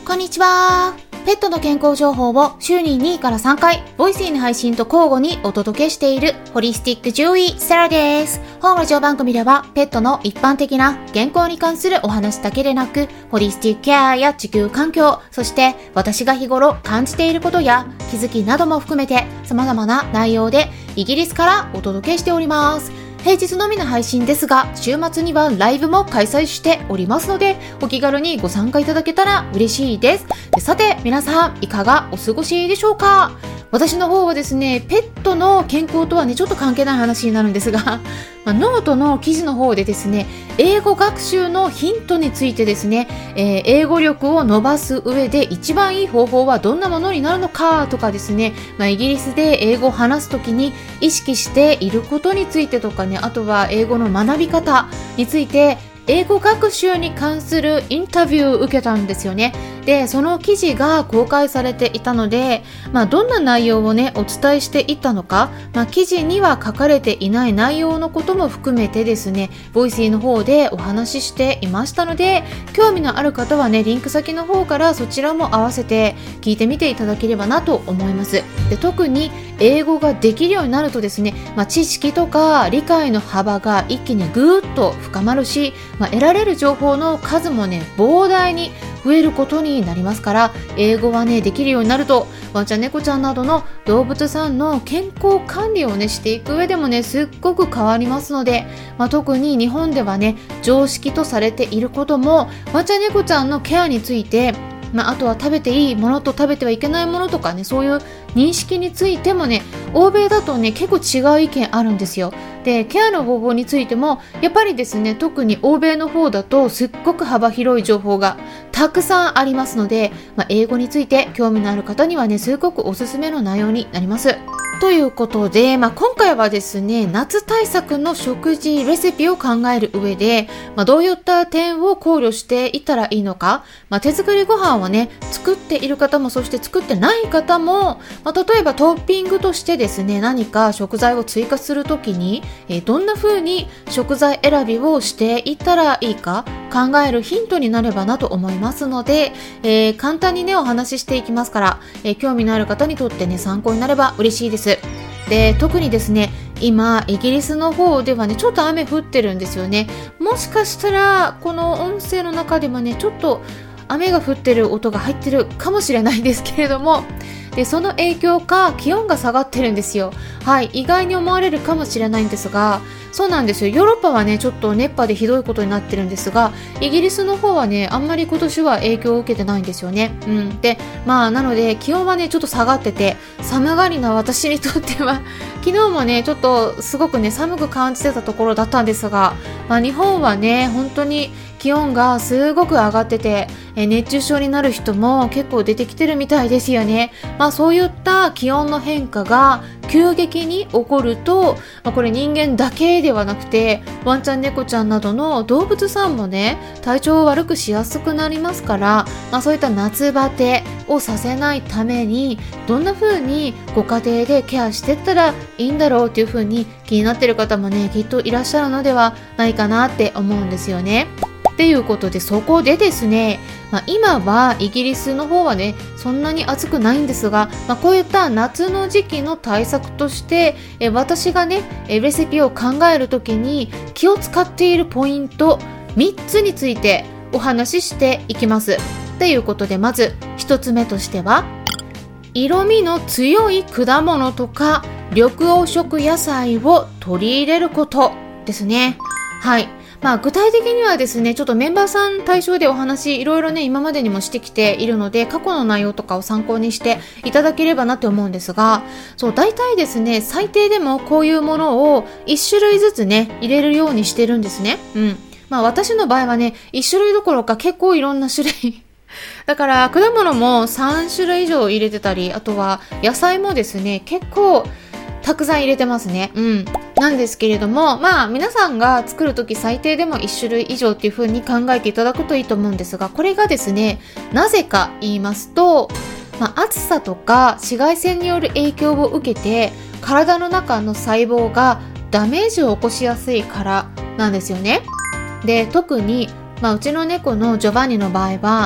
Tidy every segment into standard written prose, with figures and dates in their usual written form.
こんにちは。ペットの健康情報を週に2から3回、ボイスイの配信と交互にお届けしているホリスティック獣医セラです。本ラジオ番組ではペットの一般的な健康に関するお話だけでなく、ホリスティックケアや地球環境、そして私が日頃感じていることや気づきなども含めて様々な内容でイギリスからお届けしております。平日のみの配信ですが、週末にはライブも開催しておりますので、お気軽にご参加いただけたら嬉しいです。さて、皆さんいかがお過ごしでしょうか？私の方はですね、ペットの健康とはね、ちょっと関係ない話になるんですが、ノートの記事の方でですね、英語学習のヒントについてですね、英語力を伸ばす上で一番いい方法はどんなものになるのかとかですね、イギリスで英語を話すときに意識していることについてとかね、あとは英語の学び方について、英語学習に関するインタビューを受けたんですよね。で、その記事が公開されていたので、どんな内容をね、お伝えしていったのか、記事には書かれていない内容のことも含めてですね、ボイシーの方でお話ししていましたので、興味のある方はね、リンク先の方からそちらも合わせて聞いてみていただければなと思います。で、特に英語ができるようになるとですね、知識とか理解の幅が一気にぐーっと深まるし、得られる情報の数もね、膨大に増えることになりますから、英語はね、できるようになると、ワンちゃん猫ちゃんなどの動物さんの健康管理をね、していく上でもね、すっごく変わりますので、特に日本ではね、常識とされていることも、ワンちゃん猫ちゃんのケアについて、あとは食べていいものと食べてはいけないものとかね、そういう認識についてもね、欧米だとね、結構違う意見あるんですよ。で、ケアの方法についてもやっぱりですね、特に欧米の方だとすっごく幅広い情報がたくさんありますので、英語について興味のある方にはね、すごくおすすめの内容になります。ということで、今回はですね、夏対策の食事レシピを考える上で、どういった点を考慮していったらいいのか、手作りご飯をね、作っている方も、そして作ってない方も、例えばトッピングとしてですね、何か食材を追加するときに、どんな風に食材選びをしていったらいいか考えるヒントになればなと思いますので、簡単にね、お話ししていきますから、興味のある方にとってね、参考になれば嬉しいです。で、特にですね、今イギリスの方ではね、ちょっと雨降ってるんですよね。もしかしたらこの音声の中でもね、ちょっと雨が降ってる音が入ってるかもしれないですけれども、で、その影響か気温が下がってるんですよ。はい、意外に思われるかもしれないんですが、そうなんですよ。ヨーロッパはね、ちょっと熱波でひどいことになってるんですが、イギリスの方はね、あんまり今年は影響を受けてないんですよね。で、なので気温はね、ちょっと下がってて、寒がりな私にとっては昨日もね、ちょっとすごくね、寒く感じてたところだったんですが、日本はね、本当に気温がすごく上がってて、熱中症になる人も結構出てきてるみたいですよね。そういった気温の変化が急激に起こると、これ人間だけではなくて、ワンちゃん猫ちゃんなどの動物さんもね、体調を悪くしやすくなりますから、そういった夏バテをさせないために、どんな風にご家庭でケアしていったらいいんだろうっていう風に気になってる方もね、きっといらっしゃるのではないかなって思うんですよね。っていうことで、そこでですね、今はイギリスの方はね、そんなに暑くないんですが、こういった夏の時期の対策として、私がね、レシピを考えるときに気を使っているポイント3つについてお話ししていきます。ということで、まず1つ目としては、色味の強い果物とか緑黄色野菜を取り入れることですね。はい。具体的にはですね、ちょっとメンバーさん対象でお話いろいろね、今までにもしてきているので、過去の内容とかを参考にしていただければなって思うんですが、大体ですね、最低でもこういうものを1種類ずつね、入れるようにしてるんですね。私の場合はね、1種類どころか結構いろんな種類だから果物も3種類以上入れてたり、あとは野菜もですね、結構たくさん入れてますね。なんですけれども、皆さんが作るとき最低でも1種類以上っていう風に考えていただくといいと思うんですが、これがですね、なぜか言いますと、暑さとか紫外線による影響を受けて体の中の細胞がダメージを起こしやすいからなんですよね。で、特にうちの猫のジョバンニの場合は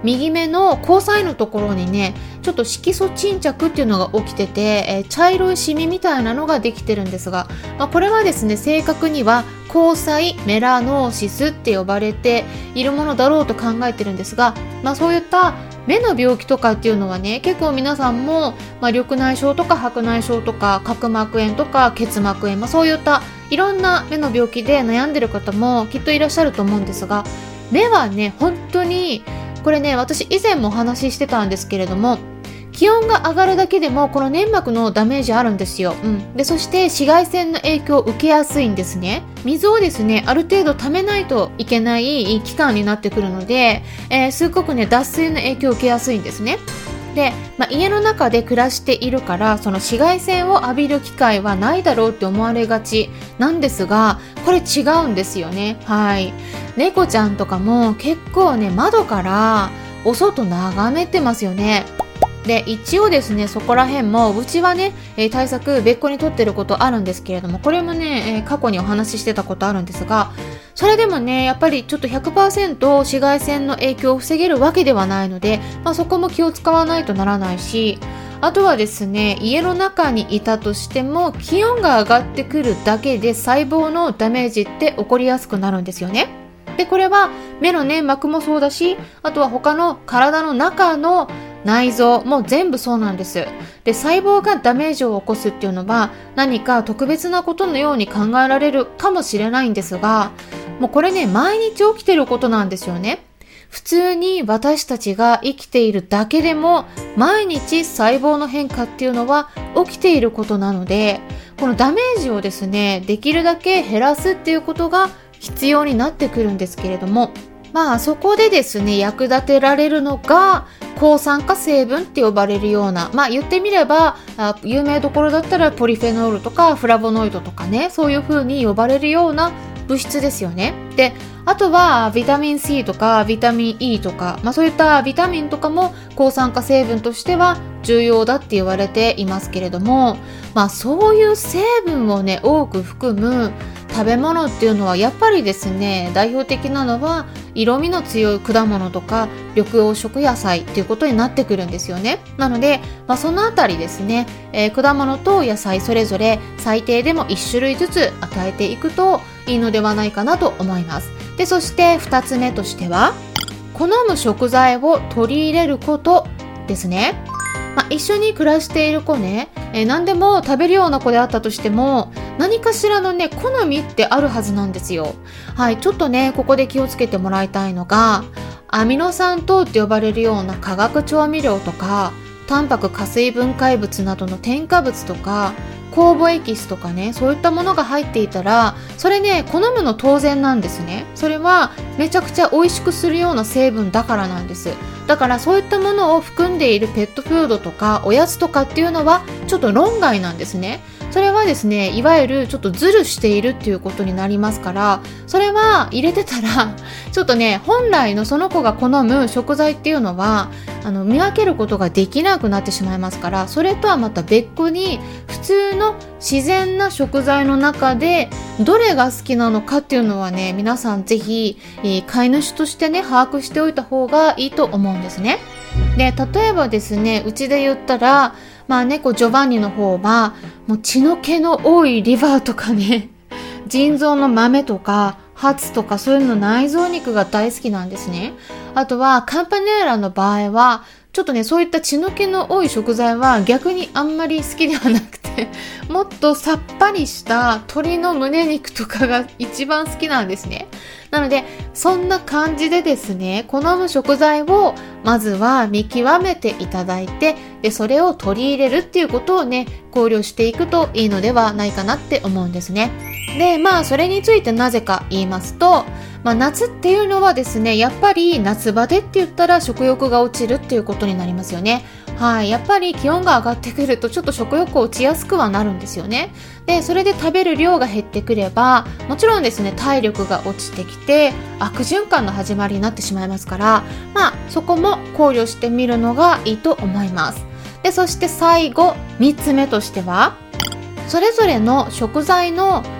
右目の交際のところにね、ちょっと色素沈着っていうのが起きてて、茶色いシミみたいなのができてるんですが、これはですね、正確には虹彩メラノーシスって呼ばれているものだろうと考えてるんですが、そういった目の病気とかっていうのはね、結構皆さんも、緑内障とか白内障とか角膜炎とか結膜炎、そういったいろんな目の病気で悩んでる方もきっといらっしゃると思うんですが、目はね、本当にこれね、私以前もお話ししてたんですけれども、気温が上がるだけでもこの粘膜のダメージあるんですよ。で、そして紫外線の影響を受けやすいんですね。水をですね、ある程度溜めないといけない期間になってくるので、すごくね、脱水の影響を受けやすいんですね。で、家の中で暮らしているから、その紫外線を浴びる機会はないだろうって思われがちなんですが、これ違うんですよね。はい。猫ちゃんとかも結構ね、窓からお外眺めてますよね。で、一応ですね、そこら辺もうちはね、対策別個に取ってることあるんですけれども、これもね、過去にお話ししてたことあるんですが、それでもね、やっぱりちょっと 100% 紫外線の影響を防げるわけではないので、そこも気を使わないとならないし、あとはですね、家の中にいたとしても気温が上がってくるだけで細胞のダメージって起こりやすくなるんですよね。で、これは目の粘膜もそうだし、あとは他の体の中の内臓も全部そうなんです。で、細胞がダメージを起こすっていうのは何か特別なことのように考えられるかもしれないんですが、もうこれね、毎日起きてることなんですよね。普通に私たちが生きているだけでも毎日細胞の変化っていうのは起きていることなので、このダメージをですね、できるだけ減らすっていうことが必要になってくるんですけれども、そこでですね、役立てられるのが抗酸化成分って呼ばれるような、言ってみれば有名どころだったらポリフェノールとかフラボノイドとかね、そういう風に呼ばれるような物質ですよね。で、あとはビタミン C とかビタミン E とか、そういったビタミンとかも抗酸化成分としては重要だって言われていますけれども、そういう成分をね、多く含む食べ物っていうのはやっぱりですね、代表的なのは色味の強い果物とか緑黄色野菜っていうことになってくるんですよね。なので、そのあたりですね、果物と野菜それぞれ最低でも1種類ずつ与えていくといいのではないかなと思います。で、そして2つ目としては、好む食材を取り入れることですね。一緒に暮らしている子ね、何でも食べるような子であったとしても、何かしらのね、好みってあるはずなんですよ。はい、ちょっとね、ここで気をつけてもらいたいのが、アミノ酸等って呼ばれるような化学調味料とか、タンパク加水分解物などの添加物とか、酵母エキスとかね、そういったものが入っていたら、それね、好むの当然なんですね。それはめちゃくちゃ美味しくするような成分だからなんです。だからそういったものを含んでいるペットフードとかおやつとかっていうのはちょっと論外なんですね。それはですね、いわゆるちょっとズルしているっていうことになりますから、それは入れてたらちょっとね、本来のその子が好む食材っていうのは見分けることができなくなってしまいますから、それとはまた別個に普通の自然な食材の中でどれが好きなのかっていうのはね、皆さんぜひ、飼い主としてね、把握しておいた方がいいと思うんですね。で、例えばですね、うちで言ったら、猫ジョバンニの方はもう血の気の多いリバーとかね、腎臓の豆とかハツとか、そういうの内臓肉が大好きなんですね。あとはカンパネーラの場合はちょっとね、そういった血の気の多い食材は逆にあんまり好きではなくて、もっとさっぱりした鶏の胸肉とかが一番好きなんですね。なので、そんな感じでですね、好む食材をまずは見極めていただいて、で、それを取り入れるっていうことをね、考慮していくといいのではないかなって思うんですね。で、それについてなぜか言いますと、夏っていうのはですね、やっぱり夏バテって言ったら食欲が落ちるっていうことになりますよね。はい、やっぱり気温が上がってくるとちょっと食欲落ちやすくはなるんですよね。で、それで食べる量が減ってくれば、もちろんですね、体力が落ちてきて悪循環の始まりになってしまいますから、そこも考慮してみるのがいいと思います。で、そして最後、3つ目としては、それぞれの食材の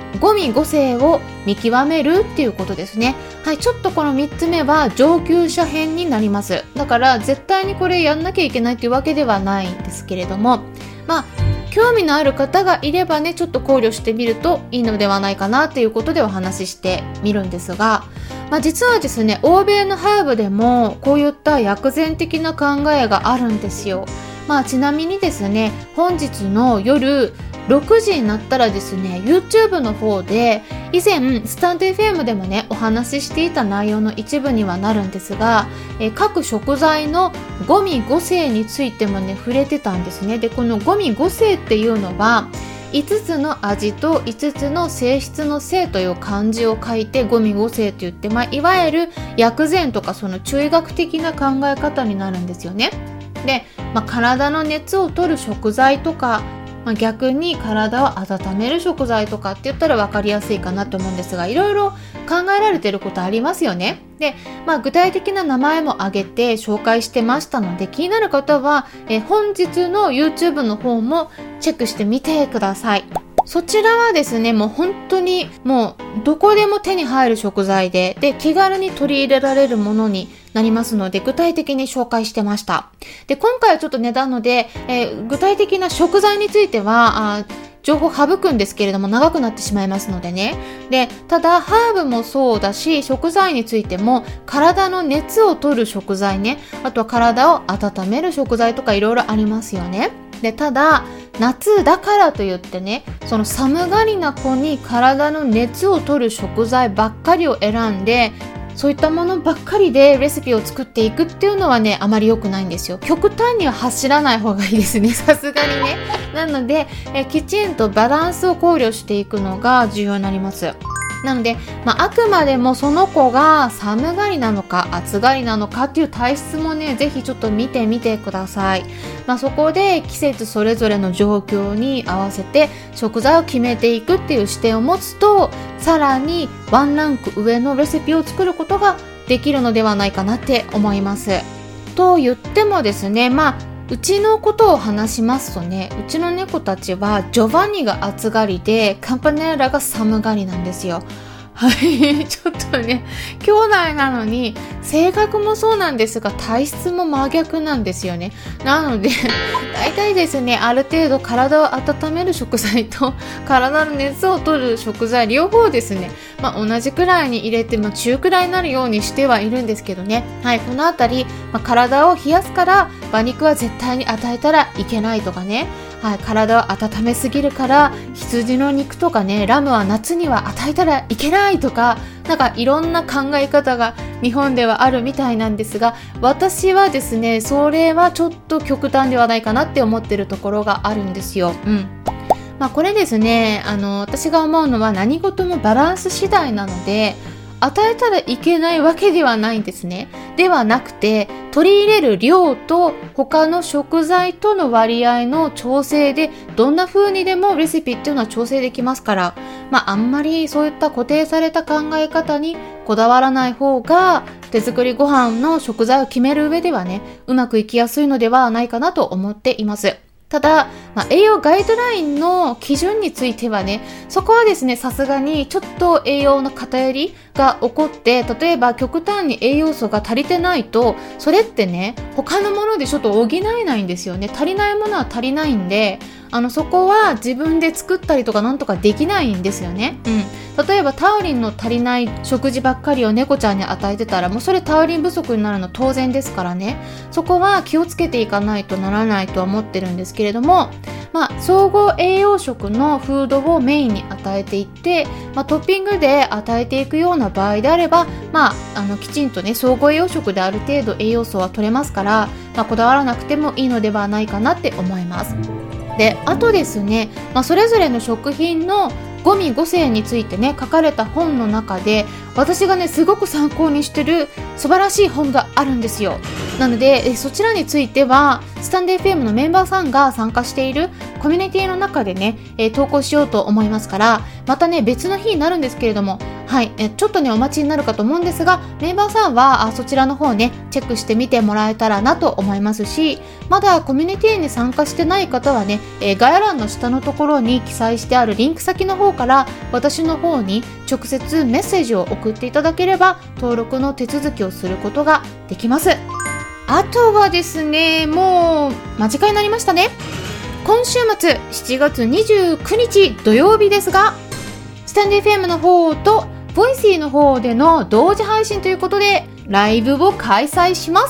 五味五性を見極めるっていうことですね。はい、ちょっとこの3つ目は上級者編になります。だから絶対にこれやんなきゃいけないっていうわけではないんですけれども、興味のある方がいればね、ちょっと考慮してみるといいのではないかなっていうことでお話ししてみるんですが、実はですね、欧米のハーブでもこういった薬膳的な考えがあるんですよ。ちなみにですね、本日の夜6時になったらですね、 YouTube の方で以前スタンド FM でもねお話ししていた内容の一部にはなるんですが、各食材の五味五性についてもね触れてたんですね。で、この五味五性っていうのは5つの味と5つの性質の性という漢字を書いて五味五性と言って、いわゆる薬膳とかその中医学的な考え方になるんですよね。で、体の熱を取る食材とか、逆に体を温める食材とかって言ったら分かりやすいかなと思うんですが、いろいろ考えられてることありますよね。で、具体的な名前も挙げて紹介してましたので、気になる方は本日の YouTube の方もチェックしてみてください。そちらはですね、もう本当にもうどこでも手に入る食材で気軽に取り入れられるものになりますので、具体的に紹介してました。で、今回はちょっとなので、具体的な食材については情報省くんですけれども長くなってしまいますのでね。で、ただハーブもそうだし、食材についても体の熱を取る食材ね、あとは体を温める食材とかいろいろありますよね。で、ただ夏だからといってね、その寒がりな子に体の熱を取る食材ばっかりを選んで、そういったものばっかりでレシピを作っていくっていうのはね、あまり良くないんですよ。極端には走らない方がいいですね、さすがにね。なのできちんとバランスを考慮していくのが重要になります。なので、あくまでもその子が寒がりなのか暑がりなのかっていう体質もね、ぜひちょっと見てみてください。そこで季節それぞれの状況に合わせて食材を決めていくっていう視点を持つと、さらにワンランク上のレシピを作ることができるのではないかなって思います。と言ってもですね、うちのことを話しますとね、うちの猫たちはジョバンニが暑がりでカンパネーラが寒がりなんですよ。はい、ちょっとね、兄弟なのに性格もそうなんですが体質も真逆なんですよね。なので大体ですね、ある程度体を温める食材と体の熱を取る食材両方ですね、同じくらいに入れて中くらいになるようにしてはいるんですけどね。はい、このあたり、体を冷やすから馬肉は絶対に与えたらいけないとかね、はい、体を温めすぎるから羊の肉とかね、ラムは夏には与えたらいけないとか、いろんな考え方が日本ではあるみたいなんですが、私はですね、それはちょっと極端ではないかなって思ってるところがあるんですよ。これですね、私が思うのは何事もバランス次第なので、与えたらいけないわけではないんですね。ではなくて、取り入れる量と他の食材との割合の調整で、どんな風にでもレシピっていうのは調整できますから、あんまりそういった固定された考え方にこだわらない方が、手作りご飯の食材を決める上ではね、うまくいきやすいのではないかなと思っています。ただ、栄養ガイドラインの基準についてはね、そこはですね、さすがにちょっと栄養の偏りが起こって、例えば極端に栄養素が足りてないと、それってね、他のものでちょっと補えないんですよね。足りないものは足りないんで、そこは自分で作ったりとかなんとかできないんですよね。例えばタウリンの足りない食事ばっかりを猫ちゃんに与えてたら、もうそれタウリン不足になるの当然ですからね。そこは気をつけていかないとならないとは思ってるんですけれども、総合栄養食のフードをメインに与えていって、トッピングで与えていくような場合であれば、きちんとね、総合栄養食である程度栄養素は取れますから、こだわらなくてもいいのではないかなって思います。で、あとですね、それぞれの食品の五味五性についてね、書かれた本の中で、私がね、すごく参考にしてる素晴らしい本があるんですよ。 なのでそちらについてはスタンデー FM のメンバーさんが参加しているコミュニティの中でね、投稿しようと思いますから、またね別の日になるんですけれども、はい、ちょっとねお待ちになるかと思うんですが、メンバーさんはそちらの方ねチェックしてみてもらえたらなと思いますし、まだコミュニティに参加してない方はね、概要欄の下のところに記載してあるリンク先の方から私の方に直接メッセージを送っていただければ登録の手続きをすることができます。あとはですね、もう間近になりましたね。今週末7月29日土曜日ですが、スタンデー FM の方とボイシーの方での同時配信ということでライブを開催します。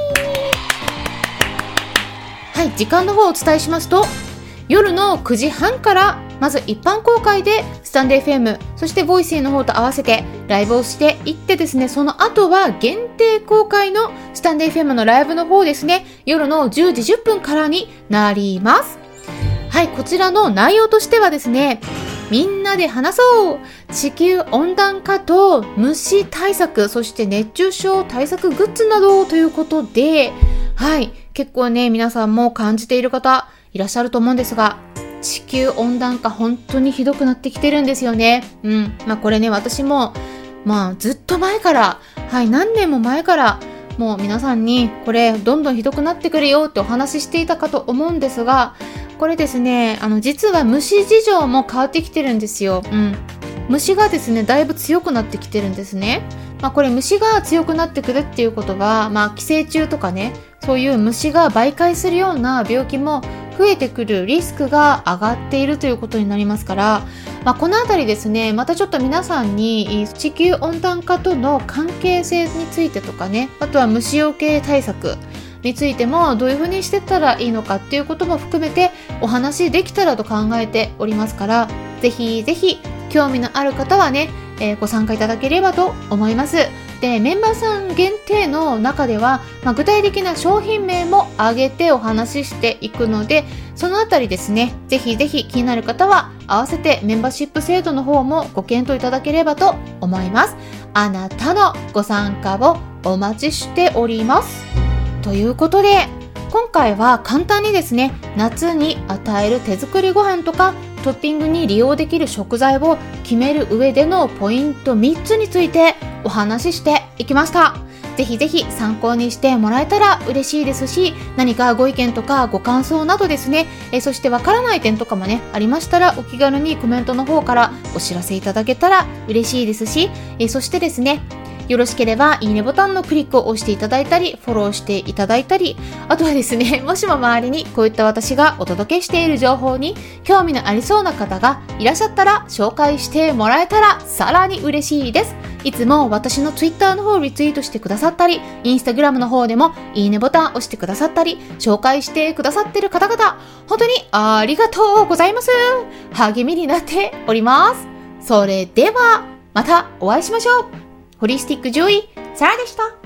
はい、時間の方をお伝えしますと、夜の9時半からまず一般公開でスタンデー FM そしてボイシーの方と合わせてライブをしていってですね、その後は限定公開のスタンデー FM のライブの方ですね、夜の10時10分からになります。はい、こちらの内容としてはですね、みんなで話そう地球温暖化と虫対策、そして熱中症対策グッズなどということで、はい、結構ね皆さんも感じている方いらっしゃると思うんですが、地球温暖化本当にひどくなってきてるんですよね。これね私もずっと前から、何年も前からもう皆さんにこれどんどんひどくなってくるよってお話ししていたかと思うんですが、これですね実は虫事情も変わってきてるんですよ。虫がですねだいぶ強くなってきてるんですね。これ虫が強くなってくるっていうことは、寄生虫とかね、そういう虫が媒介するような病気も増えてくるリスクが上がっているということになりますから、このあたりですね、またちょっと皆さんに地球温暖化との関係性についてとかね、あとは虫除け対策についてもどういう風にしてったらいいのかっていうことも含めてお話できたらと考えておりますから、ぜひぜひ興味のある方はね、ご参加いただければと思います。で、メンバーさん限定の中では、具体的な商品名も挙げてお話ししていくので、そのあたりですね、ぜひぜひ気になる方は合わせてメンバーシップ制度の方もご検討いただければと思います。あなたのご参加をお待ちしております。ということで、今回は簡単にですね、夏に与える手作りご飯とかトッピングに利用できる食材を決める上でのポイント3つについてお話ししていきました。ぜひぜひ参考にしてもらえたら嬉しいですし、何かご意見とかご感想などですね、そしてわからない点とかもねありましたら、お気軽にコメントの方からお知らせいただけたら嬉しいですし、そしてですね、よろしければいいねボタンのクリックを押していただいたり、フォローしていただいたり、あとはですね、もしも周りにこういった私がお届けしている情報に興味のありそうな方がいらっしゃったら紹介してもらえたらさらに嬉しいです。いつも私のツイッターの方をリツイートしてくださったり、インスタグラムの方でもいいねボタン押してくださったり、紹介してくださってる方々、本当にありがとうございます。励みになっております。それではまたお会いしましょう。ホリスティック獣医、サラでした。